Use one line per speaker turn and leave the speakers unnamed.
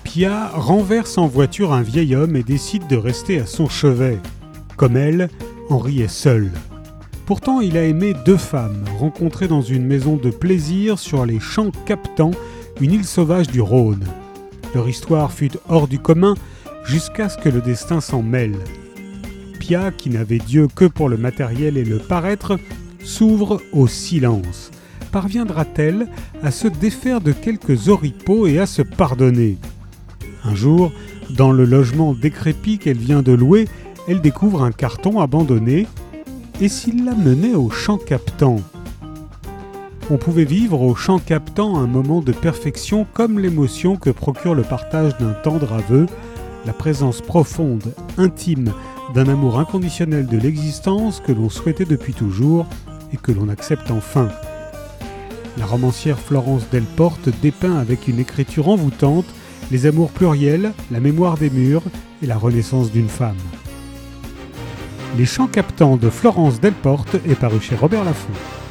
Pia renverse en voiture un vieil homme et décide de rester à son chevet. Comme elle, Henri est seul. Pourtant, il a aimé 2 femmes, rencontrées dans une maison de plaisir sur les champs captants, une île sauvage du Rhône. Leur histoire fut hors du commun jusqu'à ce que le destin s'en mêle. Pia, qui n'avait Dieu que pour le matériel et le paraître, s'ouvre au silence. Parviendra-t-elle à se défaire de quelques oripeaux et à se pardonner ? Un jour, dans le logement décrépit qu'elle vient de louer, elle découvre un carton abandonné. Et s'il la menait au champ captant ? On pouvait vivre au champ captant un moment de perfection comme l'émotion que procure le partage d'un tendre aveu, la présence profonde, intime, d'un amour inconditionnel de l'existence que l'on souhaitait depuis toujours et que l'on accepte enfin. La romancière Florence Delporte dépeint avec une écriture envoûtante les amours pluriels, la mémoire des murs et la renaissance d'une femme. Les champs captants de Florence Delporte est paru chez Robert Laffont.